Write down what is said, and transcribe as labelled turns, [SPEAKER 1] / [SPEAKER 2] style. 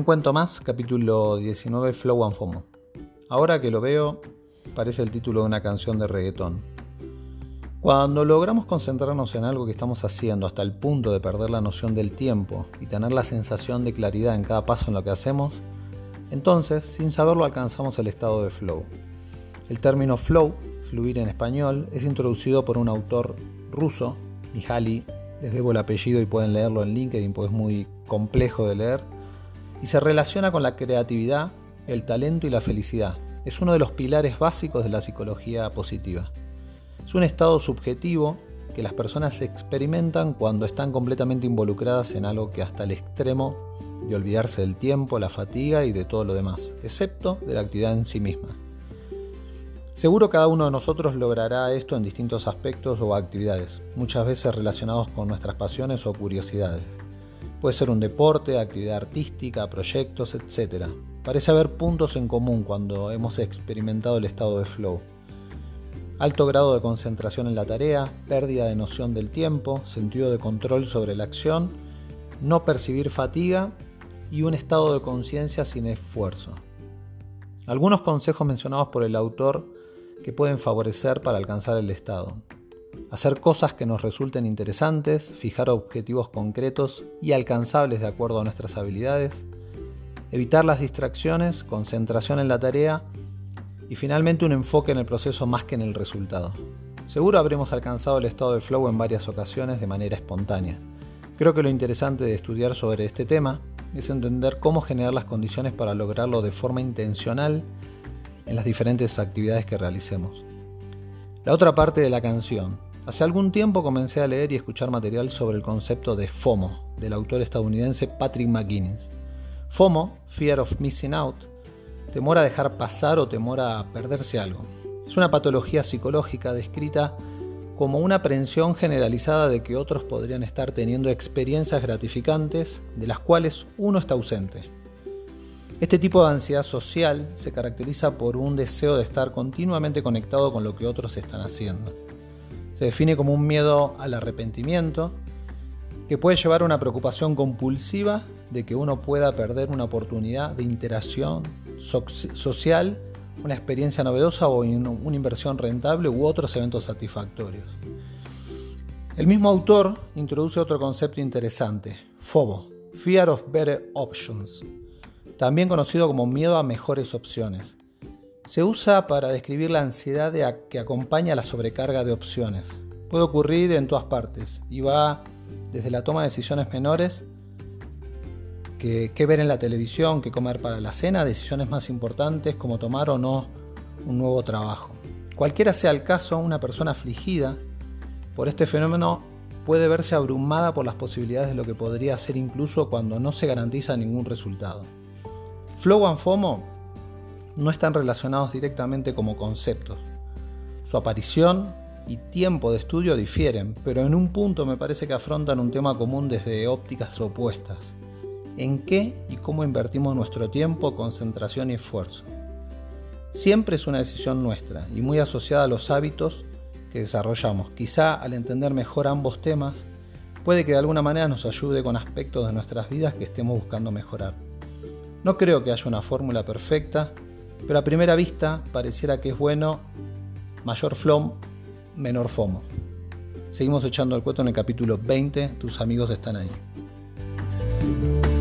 [SPEAKER 1] cuento más, capítulo 19, Flow and FOMO. Ahora que lo veo, parece el título de una canción de reggaetón. Cuando logramos concentrarnos en algo que estamos haciendo hasta el punto de perder la noción del tiempo y tener la sensación de claridad en cada paso en lo que hacemos, entonces, sin saberlo, alcanzamos el estado de flow. El término flow, fluir en español, es introducido por un autor ruso, Mihaly, les debo el apellido y pueden leerlo en LinkedIn porque es muy complejo de leer, y se relaciona con la creatividad, el talento y la felicidad. Es uno de los pilares básicos de la psicología positiva. Es un estado subjetivo que las personas experimentan cuando están completamente involucradas en algo que hasta el extremo de olvidarse del tiempo, la fatiga y de todo lo demás, excepto de la actividad en sí misma. Seguro cada uno de nosotros logrará esto en distintos aspectos o actividades, muchas veces relacionados con nuestras pasiones o curiosidades. Puede ser un deporte, actividad artística, proyectos, etc. Parece haber puntos en común cuando hemos experimentado el estado de flow. Alto grado de concentración en la tarea, pérdida de noción del tiempo, sentido de control sobre la acción, no percibir fatiga y un estado de conciencia sin esfuerzo. Algunos consejos mencionados por el autor que pueden favorecer para alcanzar el estado. Hacer cosas que nos resulten interesantes, fijar objetivos concretos y alcanzables de acuerdo a nuestras habilidades, evitar las distracciones, concentración en la tarea y finalmente un enfoque en el proceso más que en el resultado. Seguro habremos alcanzado el estado de flow en varias ocasiones de manera espontánea. Creo que lo interesante de estudiar sobre este tema es entender cómo generar las condiciones para lograrlo de forma intencional en las diferentes actividades que realicemos. La otra parte de la canción. Hace algún tiempo comencé a leer y escuchar material sobre el concepto de FOMO, del autor estadounidense Patrick McGuinness. FOMO, Fear of Missing Out, temor a dejar pasar o temor a perderse algo. Es una patología psicológica descrita como una aprehensión generalizada de que otros podrían estar teniendo experiencias gratificantes de las cuales uno está ausente. Este tipo de ansiedad social se caracteriza por un deseo de estar continuamente conectado con lo que otros están haciendo. Se define como un miedo al arrepentimiento que puede llevar a una preocupación compulsiva de que uno pueda perder una oportunidad de interacción social, una experiencia novedosa o una inversión rentable u otros eventos satisfactorios. El mismo autor introduce otro concepto interesante, FOBO, Fear of Better Options, también conocido como miedo a mejores opciones. Se usa para describir la ansiedad que acompaña a la sobrecarga de opciones. Puede ocurrir en todas partes y va desde la toma de decisiones menores, qué ver en la televisión, qué comer para la cena, decisiones más importantes como tomar o no un nuevo trabajo. Cualquiera sea el caso, una persona afligida por este fenómeno puede verse abrumada por las posibilidades de lo que podría hacer incluso cuando no se garantiza ningún resultado. Flow and FOMO no están relacionados directamente como conceptos. Su aparición y tiempo de estudio difieren, pero en un punto me parece que afrontan un tema común desde ópticas opuestas. ¿En qué y cómo invertimos nuestro tiempo, concentración y esfuerzo? Siempre es una decisión nuestra y muy asociada a los hábitos que desarrollamos. Quizá al entender mejor ambos temas, puede que de alguna manera nos ayude con aspectos de nuestras vidas que estemos buscando mejorar. No creo que haya una fórmula perfecta, pero a primera vista pareciera que es bueno mayor flow, menor FOMO. Seguimos echando el cuento en el capítulo 20, tus amigos están ahí.